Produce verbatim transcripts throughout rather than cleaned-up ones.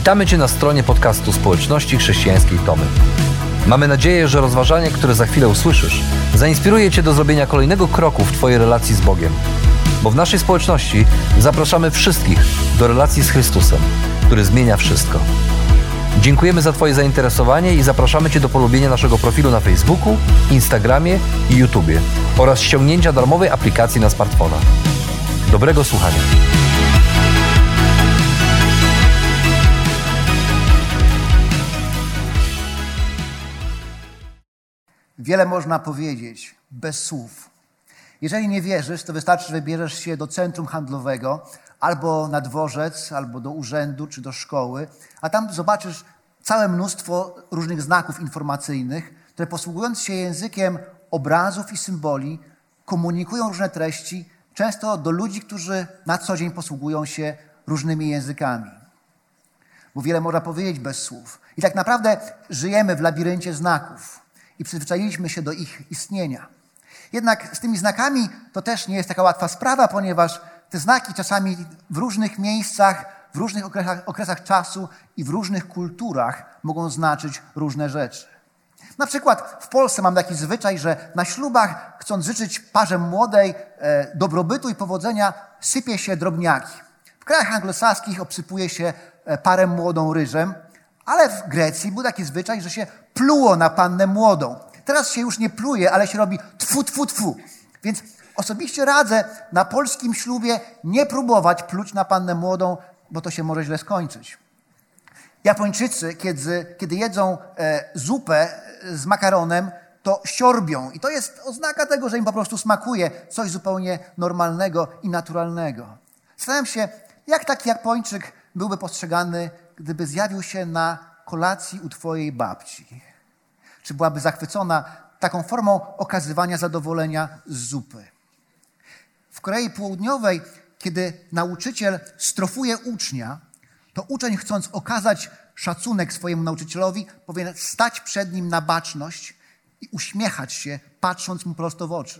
Witamy Cię na stronie podcastu Społeczności Chrześcijańskiej Tomy. Mamy nadzieję, że rozważanie, które za chwilę usłyszysz, zainspiruje Cię do zrobienia kolejnego kroku w Twojej relacji z Bogiem. Bo w naszej społeczności zapraszamy wszystkich do relacji z Chrystusem, który zmienia wszystko. Dziękujemy za Twoje zainteresowanie i zapraszamy Cię do polubienia naszego profilu na Facebooku, Instagramie i YouTubie oraz ściągnięcia darmowej aplikacji na smartfona. Dobrego słuchania. Wiele można powiedzieć bez słów. Jeżeli nie wierzysz, to wystarczy, że wybierzesz się do centrum handlowego albo na dworzec, albo do urzędu, czy do szkoły, a tam zobaczysz całe mnóstwo różnych znaków informacyjnych, które posługując się językiem obrazów i symboli, komunikują różne treści, często do ludzi, którzy na co dzień posługują się różnymi językami. Bo wiele można powiedzieć bez słów. I tak naprawdę żyjemy w labiryncie znaków i przyzwyczailiśmy się do ich istnienia. Jednak z tymi znakami to też nie jest taka łatwa sprawa, ponieważ te znaki czasami w różnych miejscach, w różnych okresach, okresach czasu i w różnych kulturach mogą znaczyć różne rzeczy. Na przykład w Polsce mam taki zwyczaj, że na ślubach, chcąc życzyć parze młodej e, dobrobytu i powodzenia, sypie się drobniaki. W krajach anglosaskich obsypuje się e, parę młodą ryżem, ale w Grecji był taki zwyczaj, że się pluło na pannę młodą. Teraz się już nie pluje, ale się robi tfu, tfu, tfu. Więc osobiście radzę na polskim ślubie nie próbować pluć na pannę młodą, bo to się może źle skończyć. Japończycy, kiedy, kiedy jedzą e, zupę z makaronem, to siorbią. I to jest oznaka tego, że im po prostu smakuje coś zupełnie normalnego i naturalnego. Zastanawiam się, jak taki Japończyk byłby postrzegany, gdyby zjawił się na kolacji u twojej babci. Czy byłaby zachwycona taką formą okazywania zadowolenia z zupy? W Korei Południowej, kiedy nauczyciel strofuje ucznia, to uczeń, chcąc okazać szacunek swojemu nauczycielowi, powinien stać przed nim na baczność i uśmiechać się, patrząc mu prosto w oczy.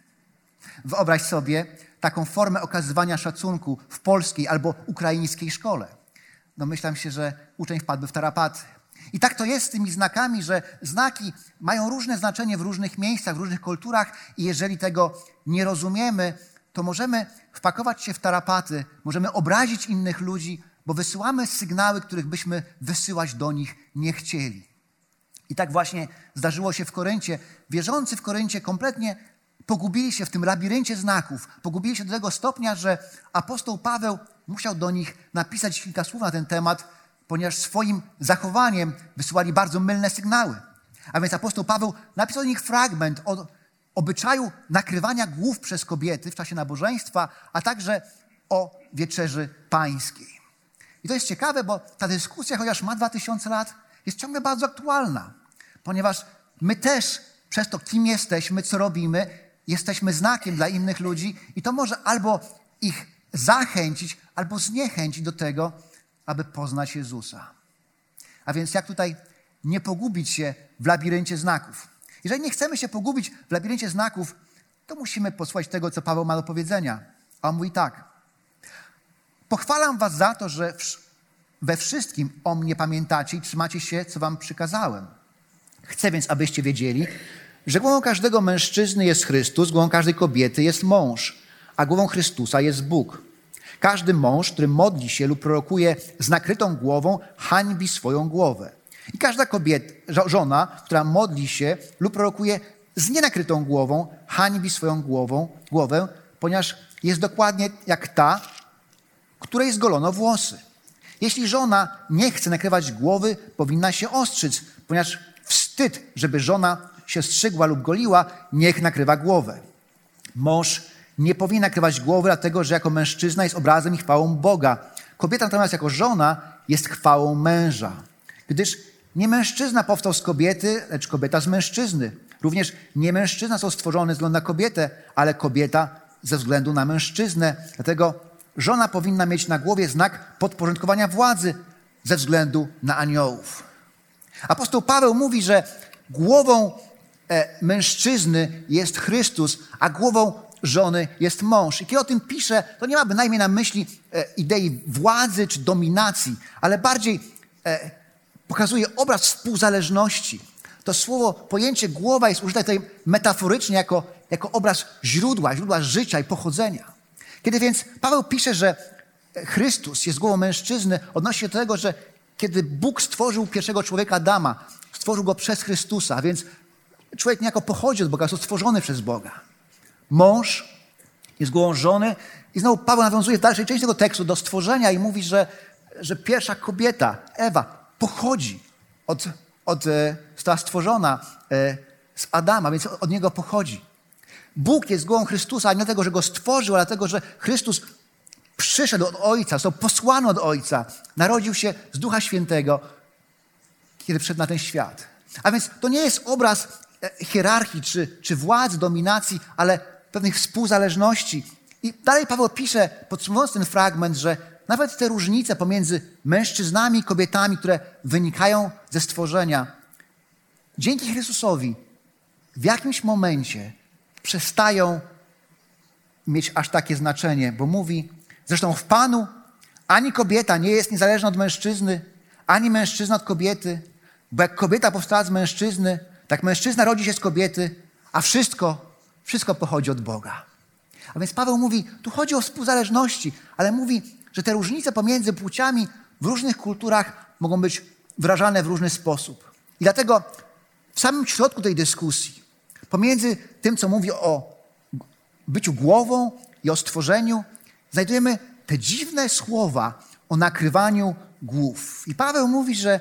Wyobraź sobie taką formę okazywania szacunku w polskiej albo ukraińskiej szkole. Domyślam się, że uczeń wpadłby w tarapaty. I tak to jest z tymi znakami, że znaki mają różne znaczenie w różnych miejscach, w różnych kulturach i jeżeli tego nie rozumiemy, to możemy wpakować się w tarapaty, możemy obrazić innych ludzi, bo wysyłamy sygnały, których byśmy wysyłać do nich nie chcieli. I tak właśnie zdarzyło się w Koryncie. Wierzący w Koryncie kompletnie pogubili się w tym labiryncie znaków. Pogubili się do tego stopnia, że apostoł Paweł musiał do nich napisać kilka słów na ten temat, ponieważ swoim zachowaniem wysyłali bardzo mylne sygnały. A więc apostoł Paweł napisał do nich fragment o obyczaju nakrywania głów przez kobiety w czasie nabożeństwa, a także o wieczerzy pańskiej. I to jest ciekawe, bo ta dyskusja, chociaż ma dwa tysiące lat, jest ciągle bardzo aktualna, ponieważ my też przez to, kim jesteśmy, co robimy, jesteśmy znakiem dla innych ludzi i to może albo ich zachęcić, albo zniechęcić do tego, aby poznać Jezusa. A więc jak tutaj nie pogubić się w labiryncie znaków? Jeżeli nie chcemy się pogubić w labiryncie znaków, to musimy posłuchać tego, co Paweł ma do powiedzenia. A on mówi tak. Pochwalam was za to, że we wszystkim o mnie pamiętacie i trzymacie się, co wam przykazałem. Chcę więc, abyście wiedzieli, że głową każdego mężczyzny jest Chrystus, głową każdej kobiety jest mąż, a głową Chrystusa jest Bóg. Każdy mąż, który modli się lub prorokuje z nakrytą głową, hańbi swoją głowę. I każda kobieta, żona, która modli się lub prorokuje z nienakrytą głową, hańbi swoją głową, głowę, ponieważ jest dokładnie jak ta, której zgolono włosy. Jeśli żona nie chce nakrywać głowy, powinna się ostrzyc, ponieważ wstyd, żeby żona się strzygła lub goliła, niech nakrywa głowę. Mąż nie powinien nakrywać głowy, dlatego że jako mężczyzna jest obrazem i chwałą Boga. Kobieta natomiast jako żona jest chwałą męża. Gdyż nie mężczyzna powstał z kobiety, lecz kobieta z mężczyzny. Również nie mężczyzna został stworzony ze względu na kobietę, ale kobieta ze względu na mężczyznę. Dlatego żona powinna mieć na głowie znak podporządkowania władzy ze względu na aniołów. Apostoł Paweł mówi, że głową e, mężczyzny jest Chrystus, a głową żony jest mąż. I kiedy o tym pisze, to nie ma bynajmniej na myśli e, idei władzy czy dominacji, ale bardziej e, pokazuje obraz współzależności. To słowo, pojęcie głowa jest użyte tutaj metaforycznie jako, jako obraz źródła, źródła życia i pochodzenia. Kiedy więc Paweł pisze, że Chrystus jest głową mężczyzny, odnosi się do tego, że kiedy Bóg stworzył pierwszego człowieka Adama, stworzył go przez Chrystusa, a więc człowiek niejako pochodzi od Boga, jest stworzony przez Boga. Mąż jest głową żony i znowu Paweł nawiązuje w dalszej części tego tekstu do stworzenia i mówi, że, że pierwsza kobieta, Ewa, pochodzi od, od została stworzona z Adama, więc od niego pochodzi. Bóg jest głową Chrystusa, a nie dlatego, że go stworzył, ale dlatego, że Chrystus przyszedł od Ojca, został posłany od Ojca, narodził się z Ducha Świętego, kiedy przyszedł na ten świat. A więc to nie jest obraz hierarchii czy, czy władzy, dominacji, ale pewnych współzależności. I dalej Paweł pisze, podsumowując ten fragment, że nawet te różnice pomiędzy mężczyznami i kobietami, które wynikają ze stworzenia, dzięki Chrystusowi w jakimś momencie przestają mieć aż takie znaczenie, bo mówi, zresztą w Panu ani kobieta nie jest niezależna od mężczyzny, ani mężczyzna od kobiety, bo jak kobieta powstała z mężczyzny, tak mężczyzna rodzi się z kobiety, a wszystko, wszystko pochodzi od Boga. A więc Paweł mówi, tu chodzi o współzależności, ale mówi, że te różnice pomiędzy płciami w różnych kulturach mogą być wyrażane w różny sposób. I dlatego w samym środku tej dyskusji, pomiędzy tym, co mówi o byciu głową i o stworzeniu, znajdujemy te dziwne słowa o nakrywaniu głów. I Paweł mówi, że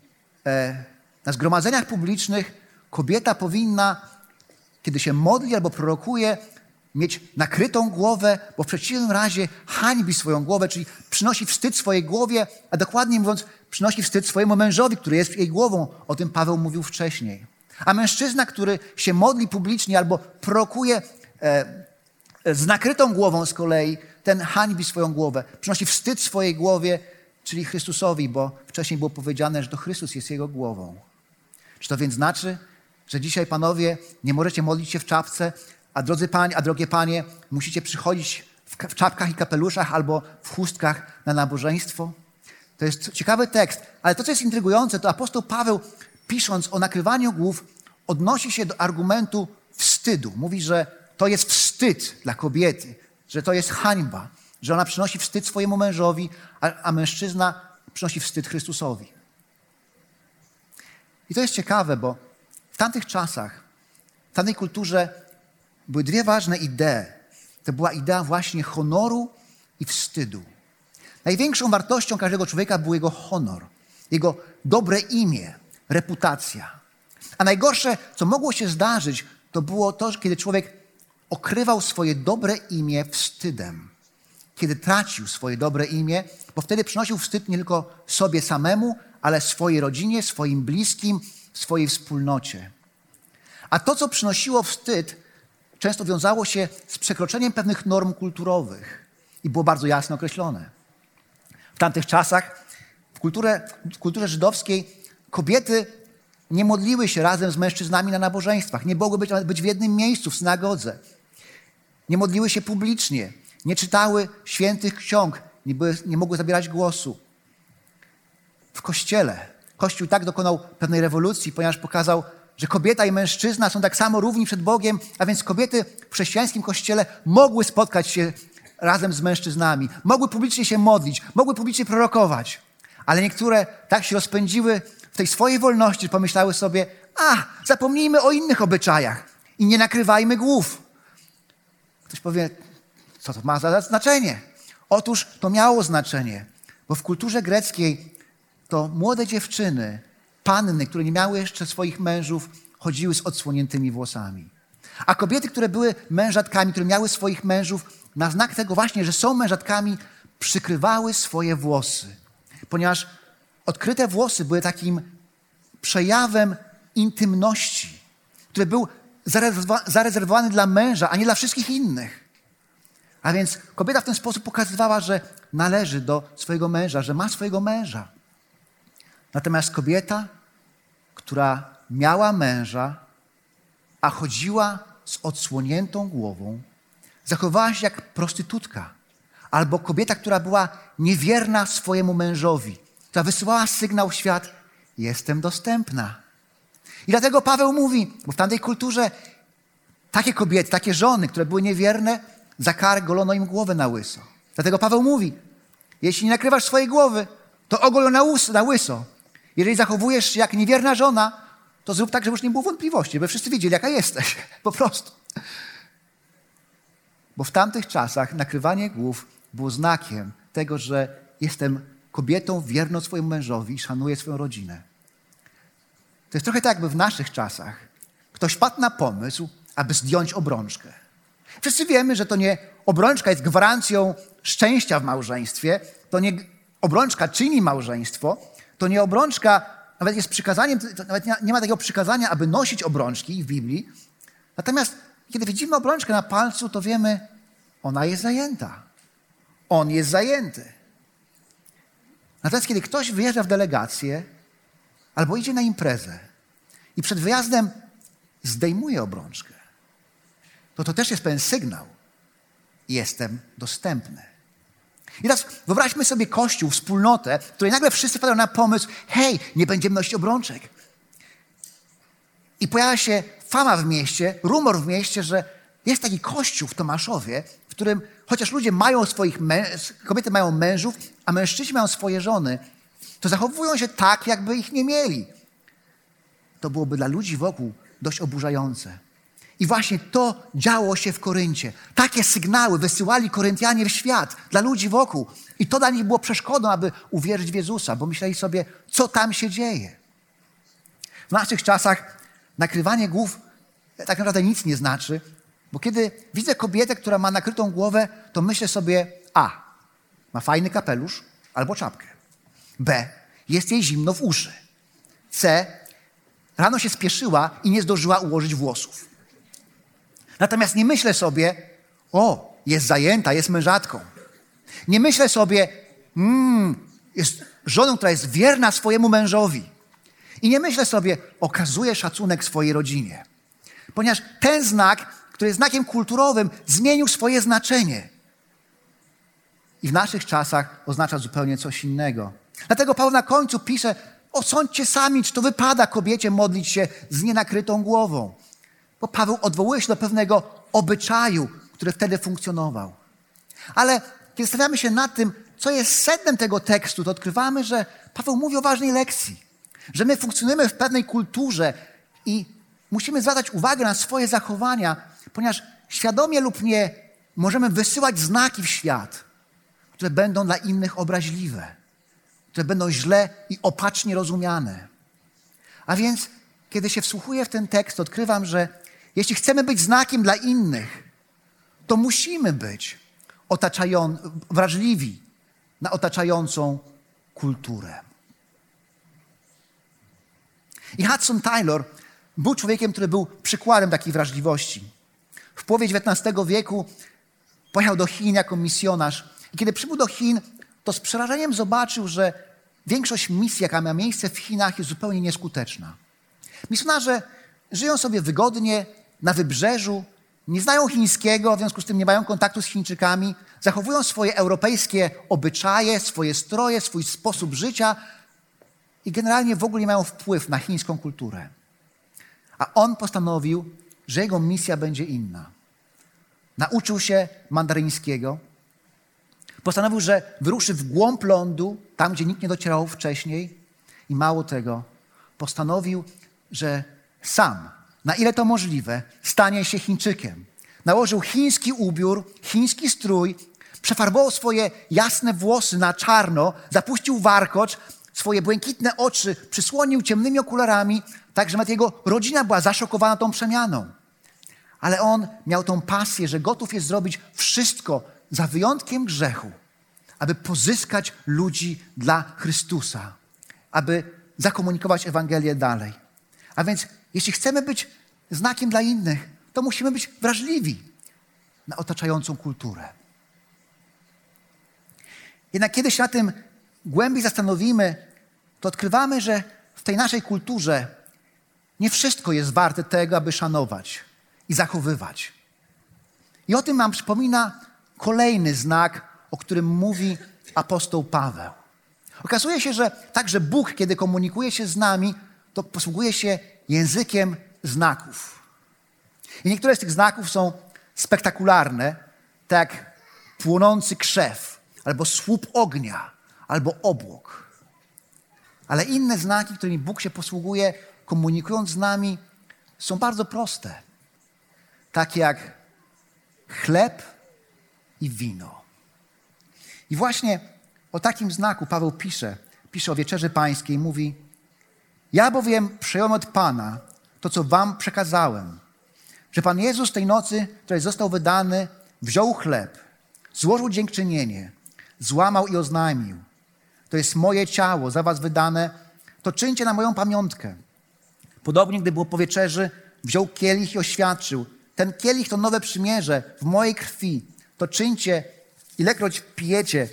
e, na zgromadzeniach publicznych kobieta powinna, kiedy się modli albo prorokuje, mieć nakrytą głowę, bo w przeciwnym razie hańbi swoją głowę, czyli przynosi wstyd swojej głowie, a dokładniej mówiąc, przynosi wstyd swojemu mężowi, który jest jej głową. O tym Paweł mówił wcześniej. A mężczyzna, który się modli publicznie albo prorokuje e, z nakrytą głową z kolei, ten hańbi swoją głowę, przynosi wstyd swojej głowie, czyli Chrystusowi, bo wcześniej było powiedziane, że to Chrystus jest jego głową. Czy to więc znaczy, że dzisiaj, panowie, nie możecie modlić się w czapce, a drodzy panie, a drogie panie, musicie przychodzić w, w czapkach i kapeluszach albo w chustkach na nabożeństwo? To jest ciekawy tekst, ale to, co jest intrygujące, to apostoł Paweł, pisząc o nakrywaniu głów, odnosi się do argumentu wstydu. Mówi, że to jest wstyd dla kobiety, że to jest hańba, że ona przynosi wstyd swojemu mężowi, a, a mężczyzna przynosi wstyd Chrystusowi. I to jest ciekawe, bo w tamtych czasach, w tamtej kulturze były dwie ważne idee. To była idea właśnie honoru i wstydu. Największą wartością każdego człowieka był jego honor, jego dobre imię, reputacja. A najgorsze, co mogło się zdarzyć, to było to, kiedy człowiek okrywał swoje dobre imię wstydem. Kiedy tracił swoje dobre imię, bo wtedy przynosił wstyd nie tylko sobie samemu, ale swojej rodzinie, swoim bliskim, swojej wspólnocie. A to, co przynosiło wstyd, często wiązało się z przekroczeniem pewnych norm kulturowych i było bardzo jasno określone. W tamtych czasach w kulturze, w kulturze żydowskiej kobiety nie modliły się razem z mężczyznami na nabożeństwach, nie mogły być, być w jednym miejscu w synagodze. Nie modliły się publicznie, nie czytały świętych ksiąg, nie, były, nie mogły zabierać głosu. W Kościele Kościół tak dokonał pewnej rewolucji, ponieważ pokazał, że kobieta i mężczyzna są tak samo równi przed Bogiem, a więc kobiety w chrześcijańskim Kościele mogły spotkać się razem z mężczyznami, mogły publicznie się modlić, mogły publicznie prorokować. Ale niektóre tak się rozpędziły w tej swojej wolności, że pomyślały sobie, a, zapomnijmy o innych obyczajach i nie nakrywajmy głów. Ktoś powie, co to ma za znaczenie? Otóż to miało znaczenie, bo w kulturze greckiej to młode dziewczyny, panny, które nie miały jeszcze swoich mężów, chodziły z odsłoniętymi włosami. A kobiety, które były mężatkami, które miały swoich mężów, na znak tego właśnie, że są mężatkami, przykrywały swoje włosy. Ponieważ odkryte włosy były takim przejawem intymności, który był zarezerwowany dla męża, a nie dla wszystkich innych. A więc kobieta w ten sposób pokazywała, że należy do swojego męża, że ma swojego męża. Natomiast kobieta, która miała męża, a chodziła z odsłoniętą głową, zachowywała się jak prostytutka albo kobieta, która była niewierna swojemu mężowi, która wysyłała sygnał w świat: jestem dostępna. I dlatego Paweł mówi, bo w tamtej kulturze takie kobiety, takie żony, które były niewierne, za karę golono im głowę na łyso. Dlatego Paweł mówi, jeśli nie nakrywasz swojej głowy, to ogol ją na, łys- na łyso. Jeżeli zachowujesz się jak niewierna żona, to zrób tak, żeby już nie było wątpliwości, żeby wszyscy wiedzieli, jaka jesteś. Po prostu. Bo w tamtych czasach nakrywanie głów było znakiem tego, że jestem kobietą wierną swojemu mężowi i szanuję swoją rodzinę. To jest trochę tak, jakby w naszych czasach ktoś wpadł na pomysł, aby zdjąć obrączkę. Wszyscy wiemy, że to nie obrączka jest gwarancją szczęścia w małżeństwie, to nie obrączka czyni małżeństwo, to nie obrączka nawet jest przykazaniem, nawet nie ma takiego przykazania, aby nosić obrączki w Biblii. Natomiast kiedy widzimy obrączkę na palcu, to wiemy, ona jest zajęta. On jest zajęty. Natomiast kiedy ktoś wyjeżdża w delegację albo idzie na imprezę i przed wyjazdem zdejmuje obrączkę, to to też jest pewien sygnał. Jestem dostępny. I teraz wyobraźmy sobie kościół, wspólnotę, w której nagle wszyscy wpadają na pomysł: hej, nie będziemy nosić obrączek. I pojawia się fama w mieście, rumor w mieście, że jest taki kościół w Tomaszowie, w którym chociaż ludzie mają swoich, męż, kobiety mają mężów, a mężczyźni mają swoje żony, to zachowują się tak, jakby ich nie mieli. To byłoby dla ludzi wokół dość oburzające. I właśnie to działo się w Koryncie. Takie sygnały wysyłali Koryntianie w świat dla ludzi wokół. I to dla nich było przeszkodą, aby uwierzyć w Jezusa, bo myśleli sobie, co tam się dzieje. W naszych czasach nakrywanie głów tak naprawdę nic nie znaczy, bo kiedy widzę kobietę, która ma nakrytą głowę, to myślę sobie: a, ma fajny kapelusz albo czapkę. B, jest jej zimno w uszy. C, rano się spieszyła i nie zdążyła ułożyć włosów. Natomiast nie myślę sobie: o, jest zajęta, jest mężatką. Nie myślę sobie: mmm, jest żoną, która jest wierna swojemu mężowi. I nie myślę sobie: okazuje szacunek swojej rodzinie. Ponieważ ten znak, który jest znakiem kulturowym, zmienił swoje znaczenie. I w naszych czasach oznacza zupełnie coś innego. Dlatego Paweł na końcu pisze: osądźcie sami, czy to wypada kobiecie modlić się z nienakrytą głową. Bo Paweł odwołuje się do pewnego obyczaju, który wtedy funkcjonował. Ale kiedy stawiamy się nad tym, co jest sednem tego tekstu, to odkrywamy, że Paweł mówi o ważnej lekcji. Że my funkcjonujemy w pewnej kulturze i musimy zwracać uwagę na swoje zachowania, ponieważ świadomie lub nie możemy wysyłać znaki w świat, które będą dla innych obraźliwe, które będą źle i opacznie rozumiane. A więc, kiedy się wsłuchuję w ten tekst, odkrywam, że jeśli chcemy być znakiem dla innych, to musimy być otaczają, wrażliwi na otaczającą kulturę. I Hudson Taylor był człowiekiem, który był przykładem takiej wrażliwości. W połowie dziewiętnastego wieku pojechał do Chin jako misjonarz. I kiedy przybył do Chin, to z przerażeniem zobaczył, że większość misji, jaka ma miejsce w Chinach, jest zupełnie nieskuteczna. Misjonarze żyją sobie wygodnie na wybrzeżu, nie znają chińskiego, w związku z tym nie mają kontaktu z Chińczykami, zachowują swoje europejskie obyczaje, swoje stroje, swój sposób życia i generalnie w ogóle nie mają wpływu na chińską kulturę. A on postanowił, że jego misja będzie inna. Nauczył się mandaryńskiego. Postanowił, że wyruszy w głąb lądu, tam gdzie nikt nie docierał wcześniej. I mało tego, postanowił, że sam, na ile to możliwe, stanie się Chińczykiem. Nałożył chiński ubiór, chiński strój, przefarbował swoje jasne włosy na czarno, zapuścił warkocz, swoje błękitne oczy przysłonił ciemnymi okularami, tak że nawet jego rodzina była zaszokowana tą przemianą. Ale on miał tą pasję, że gotów jest zrobić wszystko za wyjątkiem grzechu, aby pozyskać ludzi dla Chrystusa, aby zakomunikować Ewangelię dalej. A więc jeśli chcemy być znakiem dla innych, to musimy być wrażliwi na otaczającą kulturę. Jednak kiedy się na tym głębiej zastanowimy, to odkrywamy, że w tej naszej kulturze nie wszystko jest warte tego, aby szanować i zachowywać. I o tym nam przypomina kolejny znak, o którym mówi apostoł Paweł. Okazuje się, że także Bóg, kiedy komunikuje się z nami, to posługuje się językiem znaków. I niektóre z tych znaków są spektakularne, tak jak płonący krzew, albo słup ognia, albo obłok. Ale inne znaki, którymi Bóg się posługuje, komunikując z nami, są bardzo proste. Takie jak chleb i wino. I właśnie o takim znaku Paweł pisze. Pisze o wieczerzy pańskiej. Mówi: ja bowiem przyjąłem od Pana to, co wam przekazałem. Że Pan Jezus tej nocy, której został wydany, wziął chleb, złożył dziękczynienie, złamał i oznajmił: to jest moje ciało za was wydane, to czyńcie na moją pamiątkę. Podobnie, gdy było po wieczerzy, wziął kielich i oświadczył: ten kielich to nowe przymierze w mojej krwi. To czyńcie, ilekroć pijecie,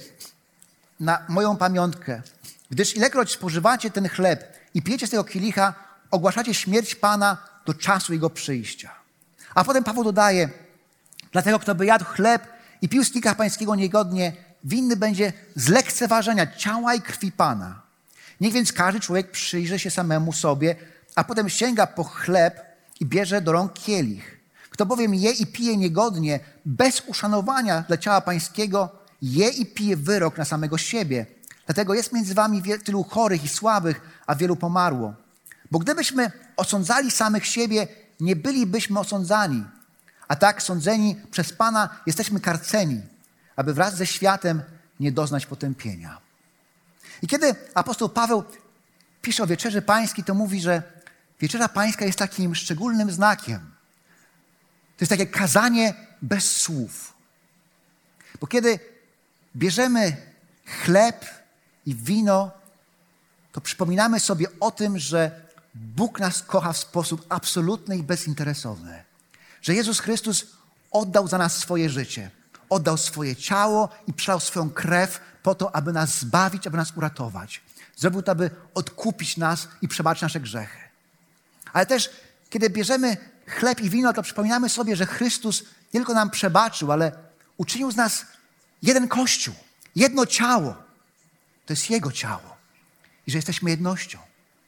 na moją pamiątkę. Gdyż ilekroć spożywacie ten chleb i pijecie z tego kielicha, ogłaszacie śmierć Pana do czasu Jego przyjścia. A potem Paweł dodaje: dlatego kto by jadł chleb i pił z kielicha pańskiego niegodnie, winny będzie zlekceważenia ciała i krwi Pana. Niech więc każdy człowiek przyjrzy się samemu sobie, a potem sięga po chleb i bierze do rąk kielich. Kto bowiem je i pije niegodnie, bez uszanowania dla ciała pańskiego, je i pije wyrok na samego siebie. Dlatego jest między wami tylu chorych i słabych, a wielu pomarło. Bo gdybyśmy osądzali samych siebie, nie bylibyśmy osądzani. A tak sądzeni przez Pana jesteśmy karceni, aby wraz ze światem nie doznać potępienia. I kiedy apostoł Paweł pisze o wieczerzy pańskiej, to mówi, że wieczerza pańska jest takim szczególnym znakiem. To jest takie kazanie bez słów. Bo kiedy bierzemy chleb i wino, to przypominamy sobie o tym, że Bóg nas kocha w sposób absolutny i bezinteresowny. Że Jezus Chrystus oddał za nas swoje życie. Oddał swoje ciało i przelał swoją krew po to, aby nas zbawić, aby nas uratować. Zrobił to, aby odkupić nas i przebaczyć nasze grzechy. Ale też, kiedy bierzemy chleb i wino, to przypominamy sobie, że Chrystus nie tylko nam przebaczył, ale uczynił z nas jeden Kościół, jedno ciało. To jest Jego ciało. I że jesteśmy jednością.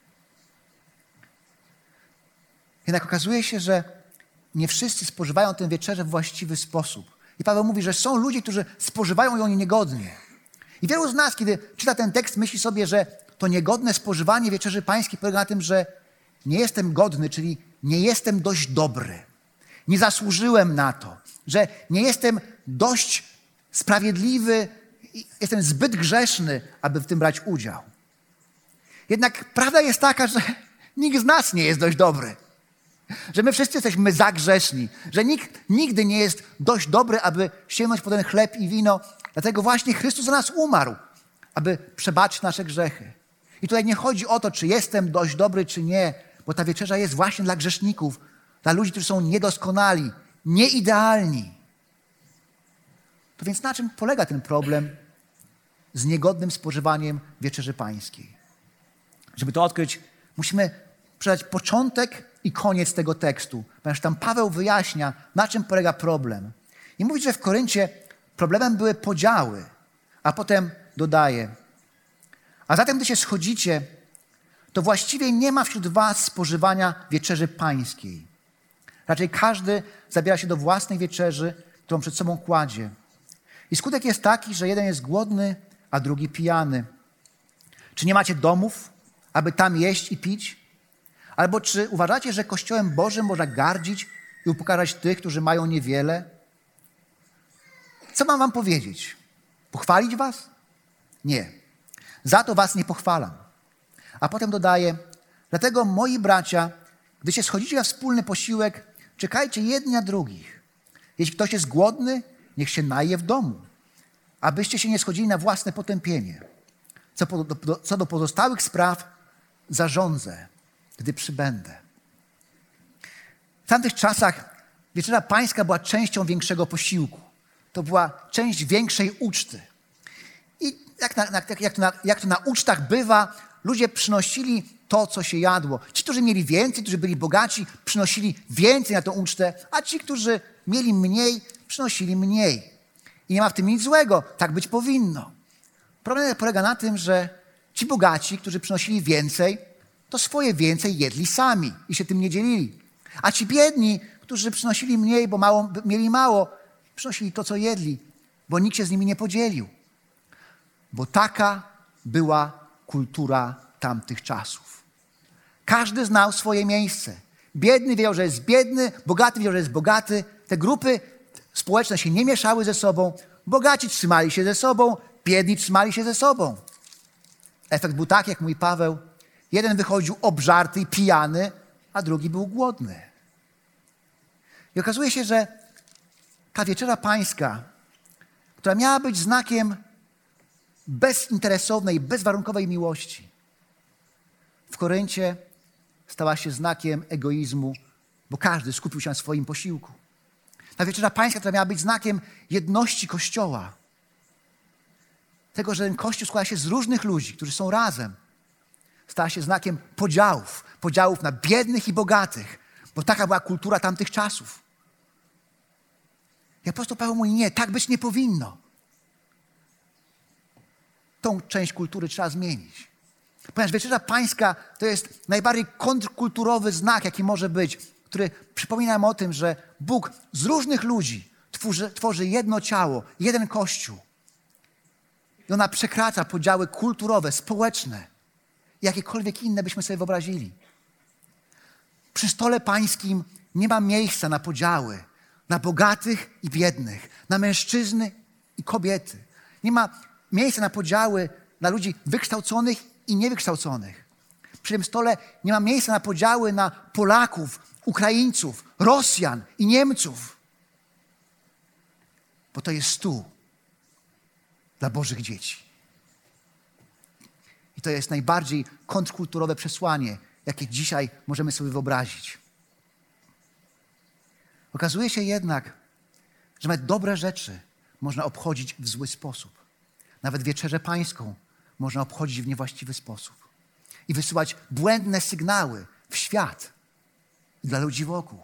Jednak okazuje się, że nie wszyscy spożywają tę wieczerzę w właściwy sposób. I Paweł mówi, że są ludzie, którzy spożywają ją niegodnie. I wielu z nas, kiedy czyta ten tekst, myśli sobie, że to niegodne spożywanie wieczerzy pańskiej polega na tym, że nie jestem godny, czyli nie jestem dość dobry. Nie zasłużyłem na to. Że nie jestem dość sprawiedliwy, jestem zbyt grzeszny, aby w tym brać udział. Jednak prawda jest taka, że nikt z nas nie jest dość dobry. Że my wszyscy jesteśmy za grzeszni. Że nikt nigdy nie jest dość dobry, aby sięgnąć po ten chleb i wino. Dlatego właśnie Chrystus za nas umarł, aby przebaczyć nasze grzechy. I tutaj nie chodzi o to, czy jestem dość dobry, czy nie, bo ta wieczerza jest właśnie dla grzeszników, dla ludzi, którzy są niedoskonali, nieidealni. To więc na czym polega ten problem z niegodnym spożywaniem wieczerzy pańskiej? Żeby to odkryć, musimy przeczytać początek i koniec tego tekstu, ponieważ tam Paweł wyjaśnia, na czym polega problem. I mówi, że w Koryncie problemem były podziały, a potem dodaje: a zatem, gdy się schodzicie, to właściwie nie ma wśród was spożywania wieczerzy pańskiej. Raczej każdy zabiera się do własnej wieczerzy, którą przed sobą kładzie. I skutek jest taki, że jeden jest głodny, a drugi pijany. Czy nie macie domów, aby tam jeść i pić? Albo czy uważacie, że Kościołem Bożym można gardzić i upokarzać tych, którzy mają niewiele? Co mam wam powiedzieć? Pochwalić was? Nie. Za to was nie pochwalam. A potem dodaje: dlatego, moi bracia, gdy się schodzicie na wspólny posiłek, czekajcie jedni na drugich. Jeśli ktoś jest głodny, niech się naje w domu, abyście się nie schodzili na własne potępienie. Co, po, do, co do pozostałych spraw zarządzę, gdy przybędę. W tamtych czasach wieczera pańska była częścią większego posiłku. To była część większej uczty. I jak, na, jak, to na, jak to na ucztach bywa, ludzie przynosili to, co się jadło. Ci, którzy mieli więcej, którzy byli bogaci, przynosili więcej na tę ucztę, a ci, którzy mieli mniej, przynosili mniej. I nie ma w tym nic złego, tak być powinno. Problem polega na tym, że ci bogaci, którzy przynosili więcej, to swoje więcej jedli sami i się tym nie dzielili. A ci biedni, którzy przynosili mniej, bo mało, mieli mało, przynosili to, co jedli, bo nikt się z nimi nie podzielił. Bo taka była kultura tamtych czasów. Każdy znał swoje miejsce. Biedny wiedział, że jest biedny, bogaty wiedział, że jest bogaty. Te grupy społeczne się nie mieszały ze sobą. Bogaci trzymali się ze sobą, biedni trzymali się ze sobą. Efekt był taki, jak mówi Paweł. Jeden wychodził obżarty i pijany, a drugi był głodny. I okazuje się, że ta wieczera pańska, która miała być znakiem bezinteresownej, bezwarunkowej miłości, w Koryncie stała się znakiem egoizmu, bo każdy skupił się na swoim posiłku. Ta wieczera pańska, która miała być znakiem jedności Kościoła, tego, że ten Kościół składa się z różnych ludzi, którzy są razem, stała się znakiem podziałów, podziałów na biednych i bogatych, bo taka była kultura tamtych czasów. I apostoł Paweł mówi, nie, tak być nie powinno. Tą część kultury trzeba zmienić. Ponieważ wieczerza pańska to jest najbardziej kontrkulturowy znak, jaki może być, który przypomina nam o tym, że Bóg z różnych ludzi tworzy, tworzy jedno ciało, jeden Kościół. I ona przekracza podziały kulturowe, społeczne, jakiekolwiek inne byśmy sobie wyobrazili. Przy stole pańskim nie ma miejsca na podziały, na bogatych i biednych, na mężczyzny i kobiety. Nie ma miejsca na podziały na ludzi wykształconych i niewykształconych. Przy tym stole nie ma miejsca na podziały na Polaków, Ukraińców, Rosjan i Niemców. Bo to jest stół dla Bożych dzieci. I to jest najbardziej kontrkulturowe przesłanie, jakie dzisiaj możemy sobie wyobrazić. Okazuje się jednak, że nawet dobre rzeczy można obchodzić w zły sposób. Nawet wieczerzę pańską można obchodzić w niewłaściwy sposób. I wysyłać błędne sygnały w świat i dla ludzi wokół.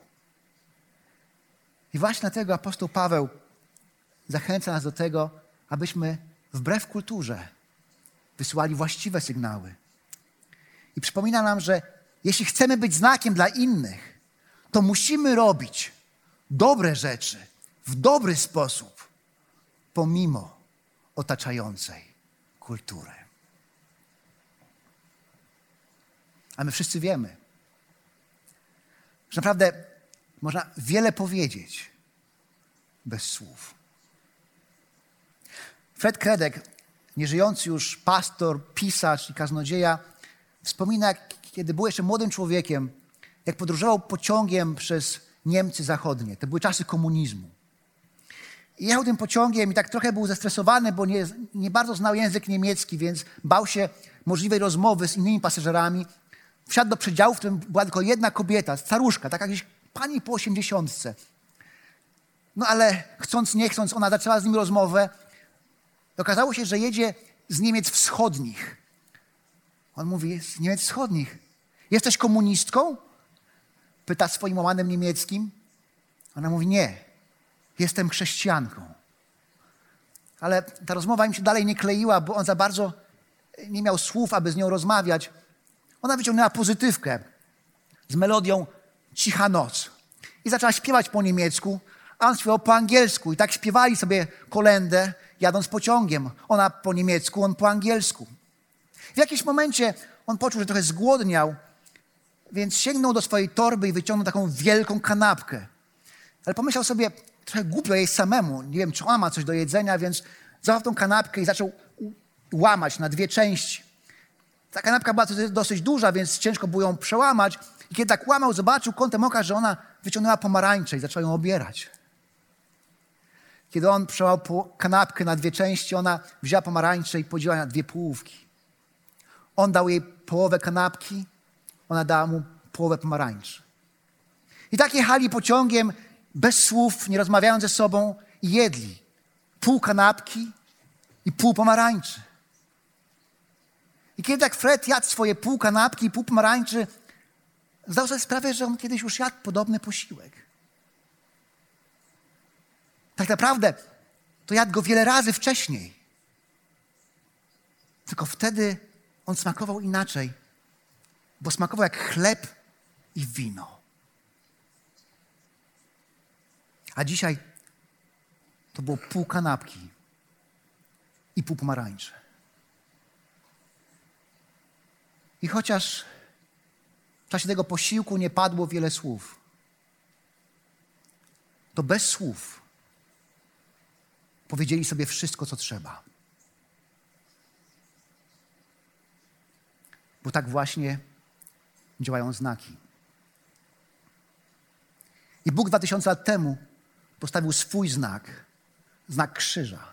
I właśnie dlatego apostoł Paweł zachęca nas do tego, abyśmy wbrew kulturze wysyłali właściwe sygnały. I przypomina nam, że jeśli chcemy być znakiem dla innych, to musimy robić dobre rzeczy w dobry sposób, pomimo otaczającej kultury. A my wszyscy wiemy, że naprawdę można wiele powiedzieć bez słów. Fred Craddock, nieżyjący już pastor, pisarz i kaznodzieja, wspomina, jak, kiedy był jeszcze młodym człowiekiem, jak podróżował pociągiem przez Niemcy zachodnie. To były czasy komunizmu. I jechał tym pociągiem i tak trochę był zestresowany, bo nie, nie bardzo znał język niemiecki, więc bał się możliwej rozmowy z innymi pasażerami. Wsiadł do przedziału, w którym była tylko jedna kobieta, staruszka, taka gdzieś pani po osiemdziesiątce. No ale chcąc, nie chcąc, ona zaczęła z nim rozmowę. I okazało się, że jedzie z Niemiec wschodnich. On mówi, z Niemiec wschodnich. Jesteś komunistką? Pyta swoim łamanym niemieckim. Ona mówi, nie, jestem chrześcijanką. Ale ta rozmowa im się dalej nie kleiła, bo on za bardzo nie miał słów, aby z nią rozmawiać. Ona wyciągnęła pozytywkę z melodią Cicha noc. I zaczęła śpiewać po niemiecku, a on śpiewał po angielsku. I tak śpiewali sobie kolędę, jadąc pociągiem. Ona po niemiecku, on po angielsku. W jakimś momencie on poczuł, że trochę zgłodniał, więc sięgnął do swojej torby i wyciągnął taką wielką kanapkę. Ale pomyślał sobie, trochę głupio jest samemu. Nie wiem, czy ona ma coś do jedzenia, więc złapał tą kanapkę i zaczął łamać na dwie części. Ta kanapka była dosyć duża, więc ciężko było ją przełamać. I kiedy tak łamał, zobaczył kątem oka, że ona wyciągnęła pomarańcze i zaczął ją obierać. Kiedy on przełamał kanapkę na dwie części, ona wzięła pomarańcze i podzieliła na dwie połówki. On dał jej połowę kanapki, ona dała mu połowę pomarańczy. I tak jechali pociągiem bez słów, nie rozmawiając ze sobą i jedli pół kanapki i pół pomarańczy. I kiedy tak Fred jadł swoje pół kanapki i pół pomarańczy, zdał sobie sprawę, że on kiedyś już jadł podobny posiłek. Tak naprawdę to jadł go wiele razy wcześniej. Tylko wtedy on smakował inaczej, bo smakował jak chleb i wino. A dzisiaj to było pół kanapki i pół pomarańczy. I chociaż w czasie tego posiłku nie padło wiele słów, to bez słów powiedzieli sobie wszystko, co trzeba. Bo tak właśnie działają znaki. I Bóg dwa tysiące lat temu postawił swój znak, znak krzyża.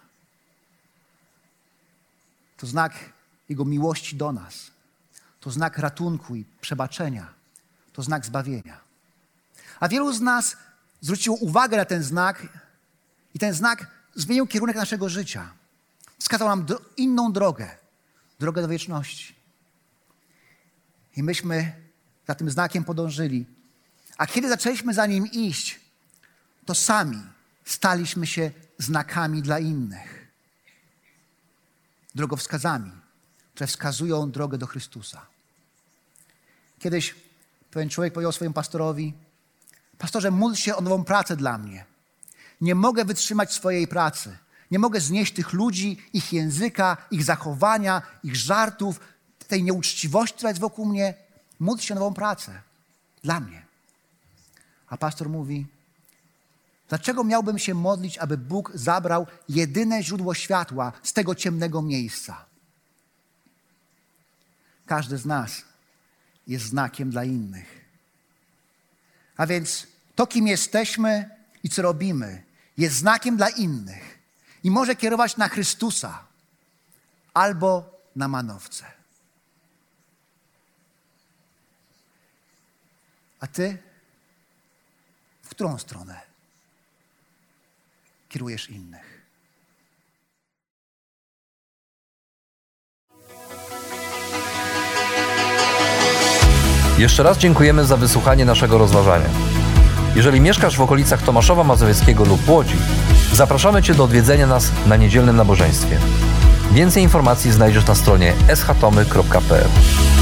To znak Jego miłości do nas. To znak ratunku i przebaczenia. To znak zbawienia. A wielu z nas zwróciło uwagę na ten znak i ten znak zmienił kierunek naszego życia. Wskazał nam do, inną drogę, drogę do wieczności. I myśmy za tym znakiem podążyli. A kiedy zaczęliśmy za nim iść, to sami staliśmy się znakami dla innych. Drogowskazami, które wskazują drogę do Chrystusa. Kiedyś pewien człowiek powiedział swojemu pastorowi: pastorze, módl się o nową pracę dla mnie. Nie mogę wytrzymać swojej pracy. Nie mogę znieść tych ludzi, ich języka, ich zachowania, ich żartów, tej nieuczciwości, która jest wokół mnie. Módl się o nową pracę dla mnie. A pastor mówi: dlaczego miałbym się modlić, aby Bóg zabrał jedyne źródło światła z tego ciemnego miejsca? Każdy z nas jest znakiem dla innych. A więc to, kim jesteśmy i co robimy, jest znakiem dla innych i może kierować na Chrystusa albo na manowce. A ty w którą stronę kierujesz innych? Jeszcze raz dziękujemy za wysłuchanie naszego rozważania. Jeżeli mieszkasz w okolicach Tomaszowa Mazowieckiego lub Łodzi, zapraszamy Cię do odwiedzenia nas na niedzielnym nabożeństwie. Więcej informacji znajdziesz na stronie s h tomy kropka p l.